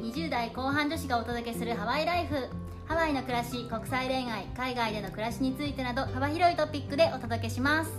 20代後半女子がお届けするハワイライフ。ハワイの暮らし、国際恋愛、海外での暮らしについてなど幅広いトピックでお届けします。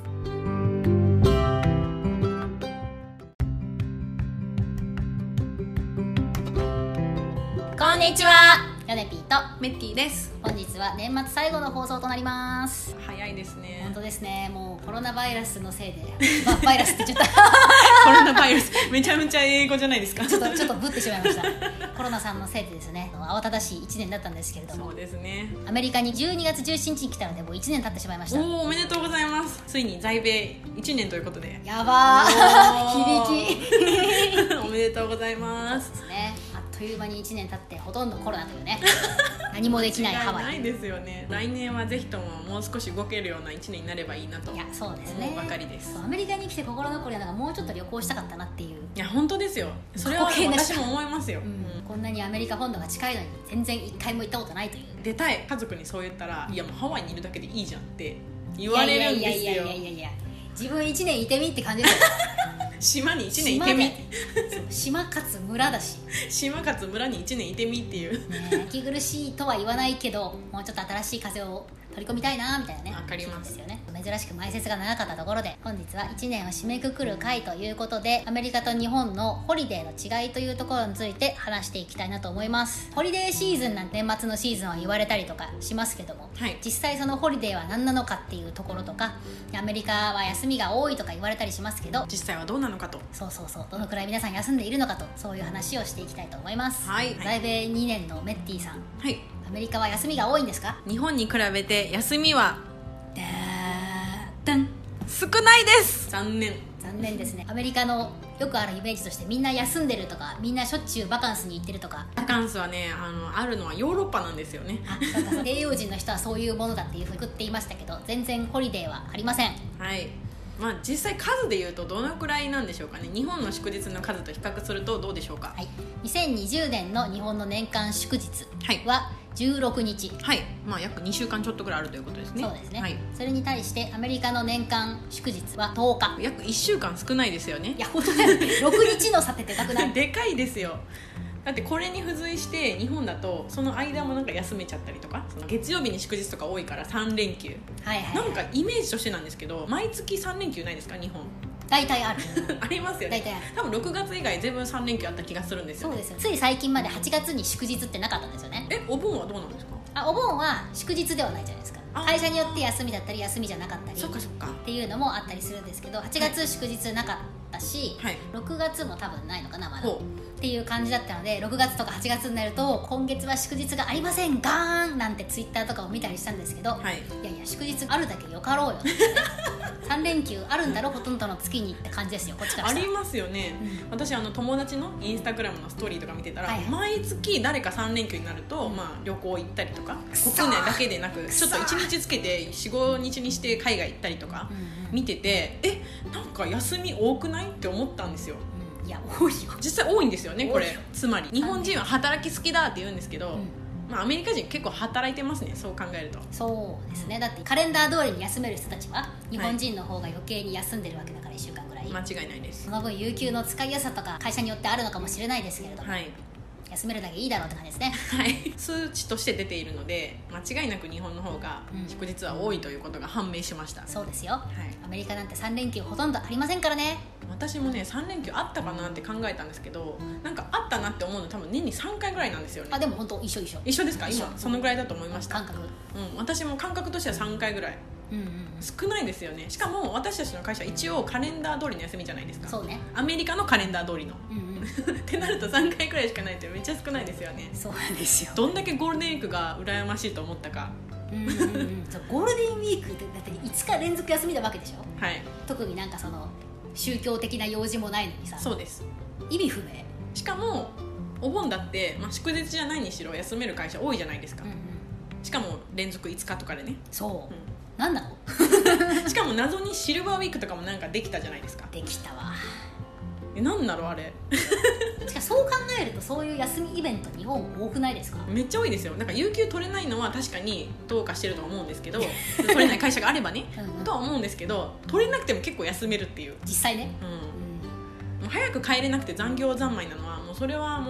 こんにちは、ヨネピーとメッティです。 本日は年末最後の放送となります。 早いですね。 本当ですね。もうコロナバイラスのせいでバイラスって言っちゃったコロナバイラスめちゃめちゃ英語じゃないですか。 ちょっとぶってしまいましたコロナさんのせいでですね、慌ただしい1年だったんですけれども、 そうですね。 アメリカに12月17日に来たのでもう1年経ってしまいました。 おめでとうございます。ついに在米1年ということで、 やばー響きおめでとうございます。 そうですね。あっという間に1年経ってほとんどコロナというね何もできないハワイ。 ないですよね。来年はぜひとももう少し動けるような1年になればいいなと。 いや、そうですね、 思うばかりです。 アメリカに来て心残りなのがもうちょっと旅行したかったなっていう。 いや本当ですよ。それは私も思いますよ、 こんなにアメリカ本土が近いのに全然1回も行ったことないという。 出たい。家族にそう言ったら、いやもうハワイにいるだけでいいじゃんって言われるんですよ。 いや自分1年いてみって感じですよ島に1年いてみ島かつ村だし島かつ村に1年いてみっていう、 ね、息苦しいとは言わないけどもうちょっと新しい風を取り込みたいなみたいなね。 わかります。 ですよね。珍しく前説が長かったところで本日は1年を締めくくる回ということで、アメリカと日本のホリデーの違いというところについて話していきたいなと思います。ホリデーシーズンなんて年末のシーズンは言われたりとかしますけども、 はい、 実際そのホリデーは何なのかっていうところとか、アメリカは休みが多いとか言われたりしますけど、 実際はどうなのかと。 そうどのくらい皆さん休んでいるのかと、そういう話をしていきたいと思います。 はい、 在米2年のメッティさん、 はい、 アメリカは休みが多いんですか？ 日本に比べて休みはダン少ないです。残念ですね。アメリカのよくあるイメージとして、みんな休んでるとか、みんなしょっちゅうバカンスに行ってるとか。 バカンスはね、あるのはヨーロッパなんですよね。 西洋人の人はそういうものだっていうふうに言っていましたけど、全然ホリデーはありません。 はい、まあ、実際数でいうとどのくらいなんでしょうかね。日本の祝日の数と比較するとどうでしょうか。 はい、2020年の日本の年間祝日は16日、 はい、まあ、約2週間ちょっとくらいあるということですね。 そうですね、 はい、 それに対してアメリカの年間祝日は10日、 約1週間少ないですよね。 いや本当だよね6日の差ってでかくないでかいですよ。だってこれに付随して日本だとその間もなんか休めちゃったりとか、その月曜日に祝日とか多いから3連休、なんかイメージとしてなんですけど、毎月3連休ないですか日本。 大体あるありますよね。 大体ある。 多分6月以外全部3連休あった気がするんですよ、ね、 そうですよ。つい最近まで8月に祝日ってなかったんですよね。 お盆はどうなんですか？ お盆は祝日ではないじゃないですか。会社によって休みだったり休みじゃなかったりっていうのもあったりするんですけど、8月祝日なかったし、はい、6月も多分ないのかなまだっていう感じだったので、6月とか8月になると今月は祝日がありませんガーンなんてツイッターとかを見たりしたんですけど、はい、いや祝日あるだけよかろうよって、ね、3連休あるんだろほとんどの月にって感じですよ、こっちからしたら。ありますよね、私友達のインスタグラムのストーリーとか見てたら、毎月誰か3連休になると、まあ、旅行行ったりとか、国内だけでなくちょっと1日つけて 4,5 日にして海外行ったりとか見てて、なんか休み多くないって思ったんですよ。 いや多いよ、 実際多いんですよねこれ。つまり日本人は働き好きだって言うんですけど、まあ、アメリカ人結構働いてますね、そう考えると。 そうですね。だってカレンダー通りに休める人たちは日本人の方が余計に休んでるわけだから、1週間ぐらい。 間違いないです。 その分有給の使いやすさとか会社によってあるのかもしれないですけれども、休めるだけいいだろうって感じですね。 はい、数値として出ているので間違いなく日本の方が祝日は多いということが判明しました、 そうですよ、アメリカなんて3連休ほとんどありませんからね。 私もね3連休あったかなって考えたんですけど、なんかあったなって思うの多分年に3回ぐらいなんですよね。 でも本当一緒ですか？今そのぐらいだと思いました。 感覚、 私も感覚としては3回ぐらい、少ないですよね。しかも私たちの会社は一応カレンダー通りの休みじゃないですか。 そうね、 アメリカのカレンダー通りの、ってなると3回くらいしかないってめっちゃ少ないですよね。 そうなんですよ。 どんだけゴールデンウィークが羨ましいと思ったか。 そうゴールデンウィークってだって5日連続休みなわけでしょ。 はい、 特になんかその宗教的な用事もないのにさ。 そうです。 意味不明。しかもお盆だって、まあ、祝日じゃないにしろ休める会社多いじゃないですか、しかも連続5日とかでね。 そう、なんなのしかも謎にシルバーウィークとかもなんかできたじゃないですか。 できたわ。 なんだろうあれしかそう考えるとそういう休みイベント日本多くないですか？ めっちゃ多いですよ。なんか有給取れないのは確かにどうかしてると思うんですけど取れない会社があればねとは思うんですけど、取れなくても結構休めるっていう。 実際ね、 もう早く帰れなくて残業三昧なのはもうそれはもう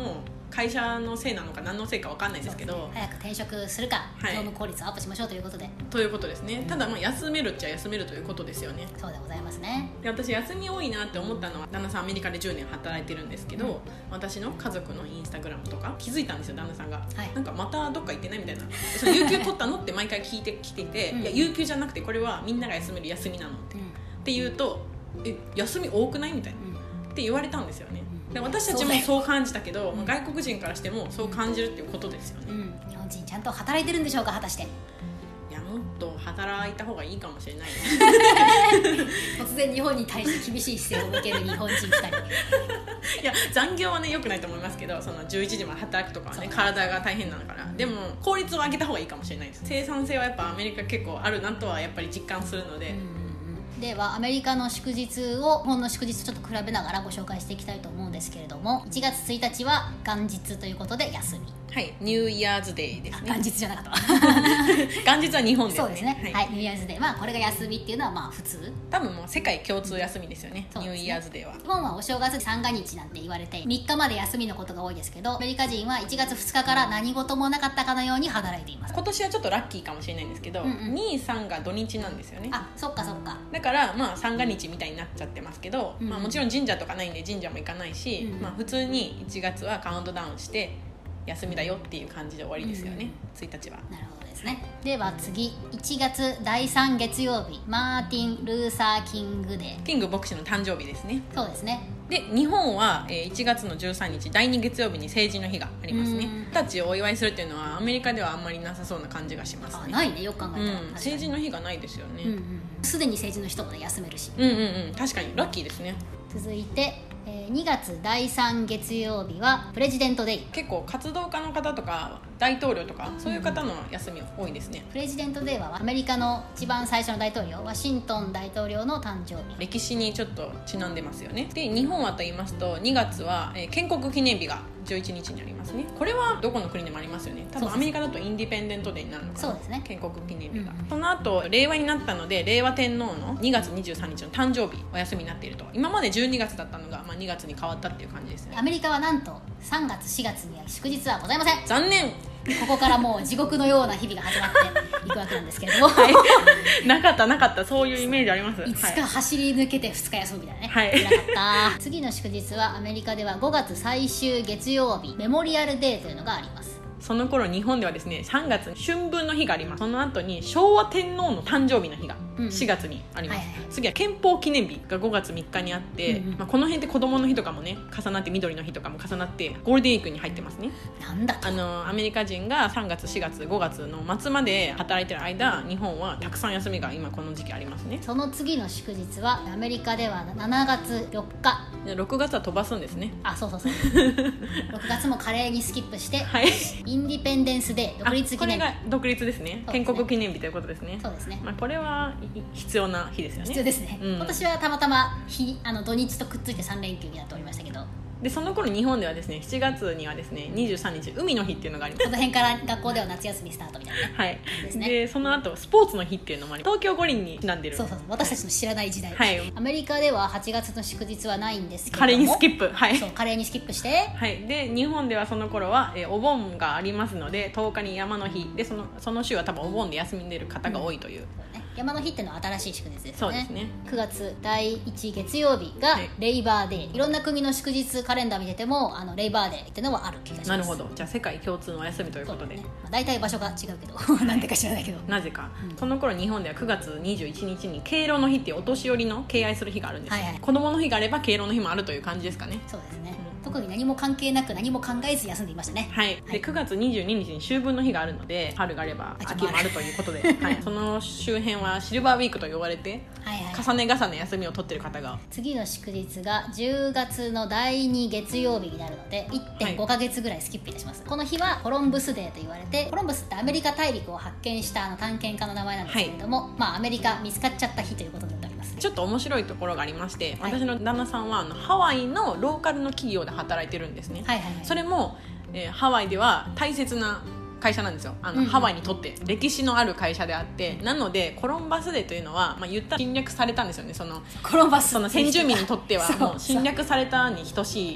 会社のせいなのか何のせいか分かんないですけど、 早く転職するか、業務効率をアップしましょうということで。 ということですね。ただ休めるっちゃ休めるということですよね。 そうでございますね。 で、私休み多いなって思ったのは、旦那さんアメリカで10年働いてるんですけど、私の家族のインスタグラムとか気づいたんですよ、旦那さんが、なんかまたどっか行ってないみたいな、その有給取ったのって毎回聞いてきてていや有給じゃなくてこれはみんなが休める休みなのって言うと、休み多くないみたいな、って言われたんですよね。で、私たちもそう感じたけど、外国人からしてもそう感じるっていうことですよね。 日本人ちゃんと働いてるんでしょうか、果たして。 いや、もっと働いた方がいいかもしれない突然日本に対して厳しい姿勢を向ける日本人2人いや、残業はね良くないと思いますけど、その11時まで働くとかはね、体が大変なのから、でも効率を上げた方がいいかもしれないです。生産性はやっぱアメリカ結構あるなとはやっぱり実感するので、 ではアメリカの祝日を日本の祝日とちょっと比べながらご紹介していきたいと思うんですけれども、1月1日は元日ということで休み。 はい、ニューイヤーズデーですね。 元日じゃなかったわ元日は日本ですね。 そうですね、はい、ニューイヤーズデー、これが休みっていうのは普通、 多分もう世界共通休みですよね、ニューイヤーズデーは。 日本はお正月三が日なんて言われて3日まで休みのことが多いですけど、アメリカ人は1月2日から何事もなかったかのように働いています。 今年はちょっとラッキーかもしれないんですけど、2、3が土日なんですよね。 あ、そっかそっか。 だから三が日みたいになっちゃってますけど、もちろん神社とかないんで神社も行かないし、普通に1月はカウントダウンして休みだよっていう感じで終わりですよね、1日は。 なるほどですね。では次、1月第3月曜日、マーティン・ルーサー・キングデー。 キング牧師の誕生日ですね。 そうですね。 で、日本は1月の13日第2月曜日に成人の日がありますね。たちをお祝いするっていうのはアメリカではあんまりなさそうな感じがしますね。 ないね、よく考えたら、 成人の日がないですよね。 すでに成人の人も休めるし、 確かにラッキーですね。 続いて2月第3月曜日はプレジデントデイ。 結構活動家の方とか大統領とかそういう方の休み多いですね。 プレジデントデイはアメリカの一番最初の大統領、ワシントン大統領の誕生日。 歴史にちょっとちなんでますよね。で、日本はと言いますと2月は建国記念日が11日にありますね。これはどこの国でもありますよね。多分アメリカだとインディペンデントデーになるのかな。 そうですね、 建国記念日が、その後令和になったので令和天皇の2月23日の誕生日お休みになっていると。今まで12月だったのが、2月に変わったっていう感じですね。 アメリカはなんと3月4月には祝日はございません。 残念。 ここからもう地獄のような日々が始まっていくわけなんですけれども、 なかったそういうイメージあります。 いつか走り抜けて2日休みみたいなね、 はい、 なかった次の祝日はアメリカでは5月最終月曜日、メモリアルデーというのがあります。 その頃日本ではですね、3月春分の日があります。その後に昭和天皇の誕生日の日が4月にあります、次は憲法記念日が5月3日にあって、この辺って子供の日とかもね重なって、緑の日とかも重なってゴールデンウィークに入ってますね。 なんだと。 アメリカ人が3月4月5月の末まで働いてる間、日本はたくさん休みが今この時期ありますね。 その次の祝日はアメリカでは7月4日。 6月は飛ばすんですね。 そう6月も華麗にスキップして、インディペンデンスデー、独立記念日。 これが独立ですね。建国記念日ということですね。 そうですね、 これは必要な日ですよね。 必要ですね、今年はたまたま土日とくっついて3連休になっておりましたけど、 でその頃日本ではですね、7月にはですね23日海の日っていうのがあります。 この辺から学校では夏休みスタートみたいなね。 はいですね。でその後スポーツの日っていうのもあり、東京五輪にちなんでる。 そう私たちの知らない時代、アメリカでは8月の祝日はないんですけども、 華麗にスキップ、 そう華麗にスキップして、 で日本ではその頃は、お盆がありますので10日に山の日で、その週は多分お盆で休んでいる方が多いという、 山の日っていうのは新しい祝日ですね。 そうですね。 9月第1月曜日がレイバーデー、いろんな国の祝日カレンダー見ててもレイバーデーっていうのはある気がします。 なるほど。じゃあ世界共通のお休みということで、 大体場所が違うけどなんでか知らないけど、 なぜか、その頃日本では9月21日に敬老の日っていうお年寄りの敬愛する日があるんですよ、子供の日があれば敬老の日もあるという感じですかね。 そうですね、特に何も関係なく何も考えず休んでいましたね。 で9月22日に秋分の日があるので、春があれば秋もあるということで、その周辺はシルバーウィークと呼ばれて、重ね重ね休みを取ってる方が、 次の祝日が10月の第2月曜日になるので 1.5 ヶ月ぐらいスキップいたします。この日はコロンブスデーと言われて、コロンブスってアメリカ大陸を発見した探検家の名前なんですけれども、アメリカ見つかっちゃった日ということになっております。 ちょっと面白いところがありまして、私の旦那さんはハワイのローカルの企業で働いてるんですね。それも、ハワイでは大切な会社なんですよ。ハワイにとって歴史のある会社であって、なのでコロンバスデーというのは、言ったら侵略されたんですよね。 コロンバスその先住民にとってはもう侵略されたに等しい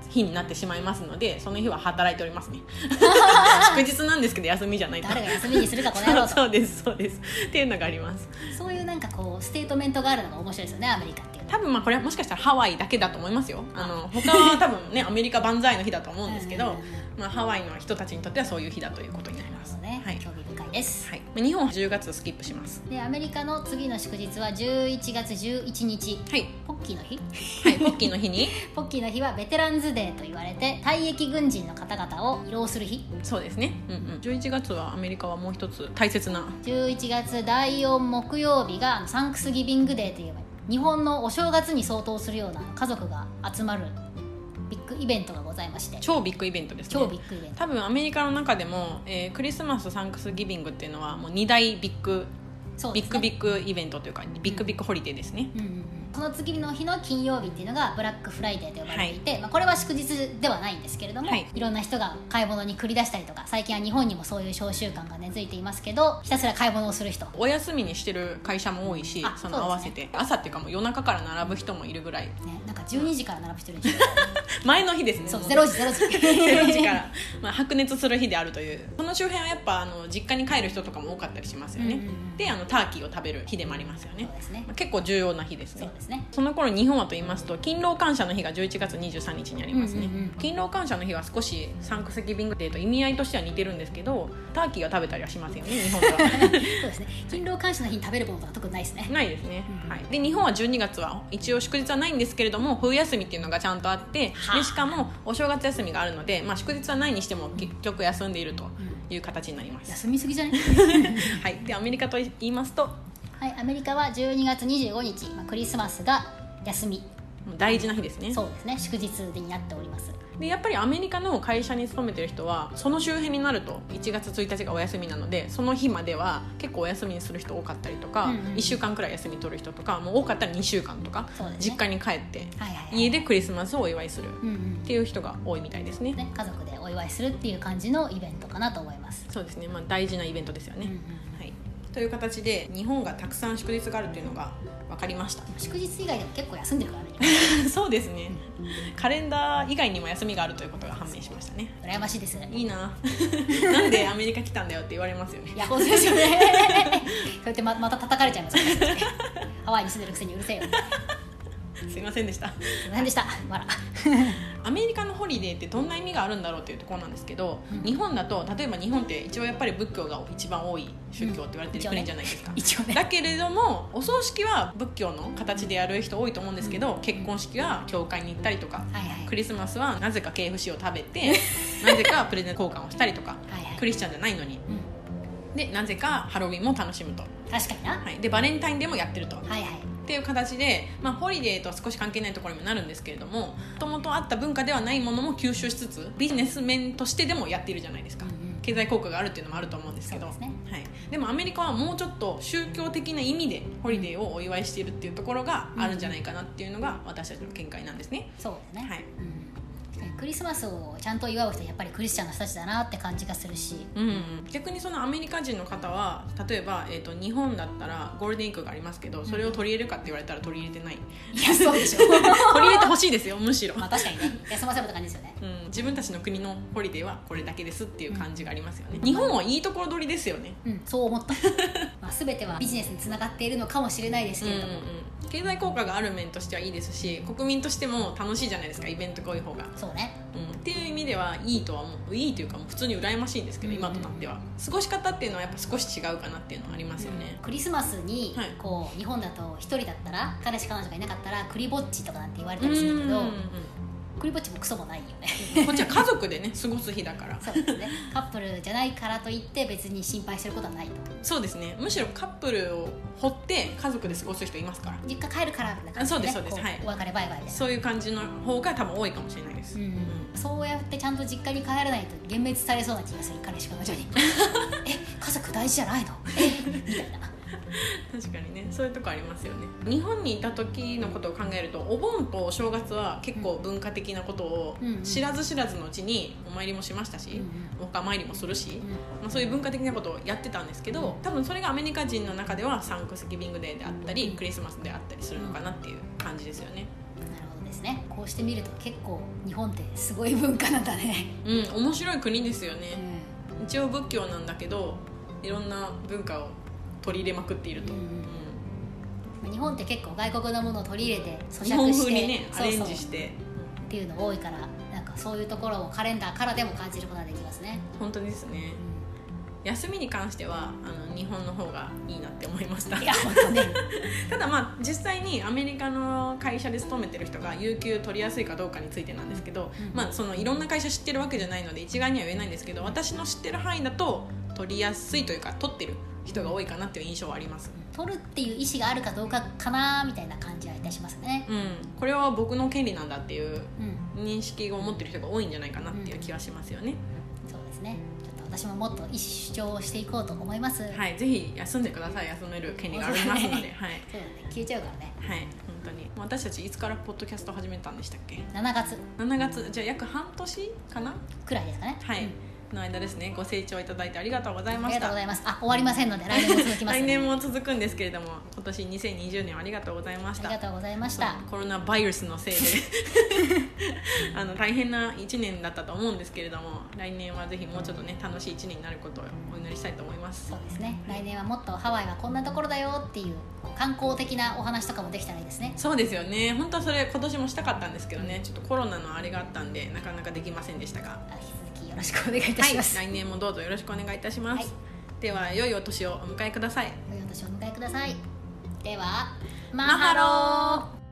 日になってしまいますので、その日は働いておりますね祝日なんですけど休みじゃないと。 誰が休みにするかこの野郎とそうですそうですっていうのがあります。 そういうなんかこうステートメントがあるのが面白いですよね、アメリカっていう。 多分これはもしかしたらハワイだけだと思いますよ。他は多分ねアメリカ万歳の日だと思うんですけど、ハワイの人たちにとってはそういう日だということになります。 ね、はい、興味深いです、 はい、日本は10月スキップします。 でアメリカの次の祝日は11月11日、 はい、 ポッキーの日はい、ポッキーの日にポッキーの日はベテランズデーと言われて退役軍人の方々を慰労する日。 そうですね、11月はアメリカはもう一つ大切な 11月第4木曜日がサンクスギビングデーという日本のお正月に相当するような家族が集まるビッグイベントがございまして、 超ビッグイベントですね。 超ビッグイベント。 多分アメリカの中でも、クリスマスサンクスギビングっていうのはもう2大ビッグビッグイベントというかビッグビッグホリデーですね、 その次の日の金曜日っていうのがブラックフライデーと呼ばれていて、これは祝日ではないんですけれども、いろんな人が買い物に繰り出したりとか、最近は日本にもそういう商習慣が根付いていますけど、ひたすら買い物をする人、 お休みにしてる会社も多いし、その合わせて朝っていうかもう夜中から並ぶ人もいるぐらい、 なんか12時から並ぶ人いるんですよ前の日ですね。 そう、0時 0時から、白熱する日であるという。この周辺はやっぱ実家に帰る人とかも多かったりしますよね、でターキーを食べる日でもありますよね。 そうですね、 結構重要な日ですね。 そうですね。 その頃日本はと言いますと勤労感謝の日が11月23日にありますね、勤労感謝の日は少しサンクスギビングデーと意味合いとしては似てるんですけど、ターキーは食べたりはしませんよね、日本ではそうですね、勤労感謝の日に食べるものとか特にないですね。 ないですね、はい、で日本は12月は一応祝日はないんですけれども冬休みっていうのがちゃんとあって、でしかもお正月休みがあるので、祝日はないにしても結局休んでいるという形になります、 休みすぎじゃないはい、でアメリカと言いますと、 はい、アメリカは12月25日、クリスマスが休み、 大事な日ですね。 そうですね、祝日になっております。 でやっぱりアメリカの会社に勤めてる人はその周辺になると1月1日がお休みなので、その日までは結構お休みにする人多かったりとか、1週間くらい休み取る人とかもう多かったら2週間とか、実家に帰って、家でクリスマスをお祝いするっていう人が多いみたいですね、 家族でお祝いするっていう感じのイベントかなと思います。 そうですね、大事なイベントですよね、はい、という形で日本がたくさん祝日があるというのが分かりました。 祝日以外でも結構休んでるからねそうですね、カレンダー以外にも休みがあるということが判明しましたね。 羨ましいですね。 いいななんでアメリカ来たんだよって言われますよね。 いや本当ですよねそうやって また叩かれちゃいますねハワイに住んでるくせにうるせえよすいませんでした。 すいませんでした。 アメリカのホリデーってどんな意味があるんだろうというところなんですけど、日本だと例えば日本って一応やっぱり仏教が一番多い宗教って言われてる国じゃないですか、だけれどもお葬式は仏教の形でやる人多いと思うんですけど、結婚式は教会に行ったりとか、クリスマスはなぜか KFC を食べてなぜかプレゼント交換をしたりとかクリスチャンじゃないのに、でなぜかハロウィンも楽しむと。 確かにな、 でバレンタインデーもやってると、っていう形で、ホリデーとは少し関係ないところにもなるんですけれども、もともとあった文化ではないものも吸収しつつビジネス面としてでもやっているじゃないですか、経済効果があるっていうのもあると思うんですけど、でもアメリカはもうちょっと宗教的な意味でホリデーをお祝いしているっていうところがあるんじゃないかなっていうのが私たちの見解なんですね。 そうですね、クリスマスをちゃんと祝う人はやっぱりクリスチャンの人たちだなって感じがするし、 逆にそのアメリカ人の方は例えば、日本だったらゴールデンウィークがありますけど、それを取り入れるかって言われたら取り入れてない。 いやそうでしょ取り入れてほしいですよ、むしろ。 確かにね、休ませるって感じですよね、 自分たちの国のホリデーはこれだけですっていう感じがありますよね、日本はいいところ取りですよね。 そう思った全てはビジネスにつながっているのかもしれないですけれども、 経済効果がある面としてはいいですし、国民としても楽しいじゃないですか、イベントが多い方が。 そうね、 っていう意味ではいいとは思う。いいというかもう普通に羨ましいんですけど、今となっては過ごし方っていうのはやっぱ少し違うかなっていうのはありますよね、 クリスマスにこう日本だと一人だったら彼氏彼女がいなかったらクリぼっちとかなんて言われたりするけど、クリぼっちもクソもないよねこっちは家族でね過ごす日だからそうですね、カップルじゃないからといって別に心配することはないと。 そうですね、むしろカップルを掘って家族で過ごす人いますから、 実家帰るからみたいな感じで、 そうですそうです、 お別れバイバイみたいな、 そういう感じの方が多分多いかもしれないです、 そうやってちゃんと実家に帰らないと幻滅されそうな気がする、彼氏彼女に家族大事じゃないのみたいな確かにね、そういうとこありますよね。日本にいた時のことを考えると、お盆とお正月は結構文化的なことを知らず知らずのうちにお参りもしましたし、お墓参りもするし、そういう文化的なことをやってたんですけど、多分それがアメリカ人の中ではサンクスギビングデーであったり、クリスマスであったりするのかなっていう感じですよね。 なるほどですね。こうしてみると結構日本ってすごい文化なんだね。 面白い国ですよね。一応仏教なんだけど、いろんな文化を取り入れまくっていると。 日本って結構外国のものを取り入れて咀嚼して、 日本風にねアレンジしてっていうの多いから、なんかそういうところをカレンダーからでも感じることができますね。 本当ですね。休みに関しては日本の方がいいなって思いました。 いや本当ねただ実際にアメリカの会社で勤めてる人が有給取りやすいかどうかについてなんですけど、そのいろんな会社知ってるわけじゃないので一概には言えないんですけど、私の知ってる範囲だと取りやすいというか、取ってる人が多いかなっていう印象はあります。 取るっていう意思があるかどうかかなみたいな感じはいたしますね。 これは僕の権利なんだっていう認識を持ってる人が多いんじゃないかなっていう気はしますよね。 そうですね。ちょっと私ももっと意思主張をしていこうと思います。 はい、ぜひ休んでください。休める権利がありますので、はい。 そうだね、消えちゃうからね。 はい、本当に。私たちいつからポッドキャスト始めたんでしたっけ ？7月。 じゃあ約半年かなくらいですかね。 はい、の間ですね。ご清聴いただいてありがとうございました。 ありがとうございます。終わりませんので来年も続きます、 来年も続くんですけれども、今年2020年ありがとうございました。 ありがとうございました。 コロナバイルスのせいで大変な1年だったと思うんですけれども、来年はぜひもうちょっとね楽しい1年になることをお祈りしたいと思います。 そうですね。来年はもっとハワイはこんなところだよっていう観光的なお話とかもできたらいいですね。 そうですよね。本当はそれ今年もしたかったんですけどね、ちょっとコロナのあれがあったんでなかなかできませんでしたが、 引き続きよろしくお願いいたします。 はい、来年もどうぞよろしくお願いいたします。では良いお年をお迎えください。 良いお年をお迎えください。ではマハロー。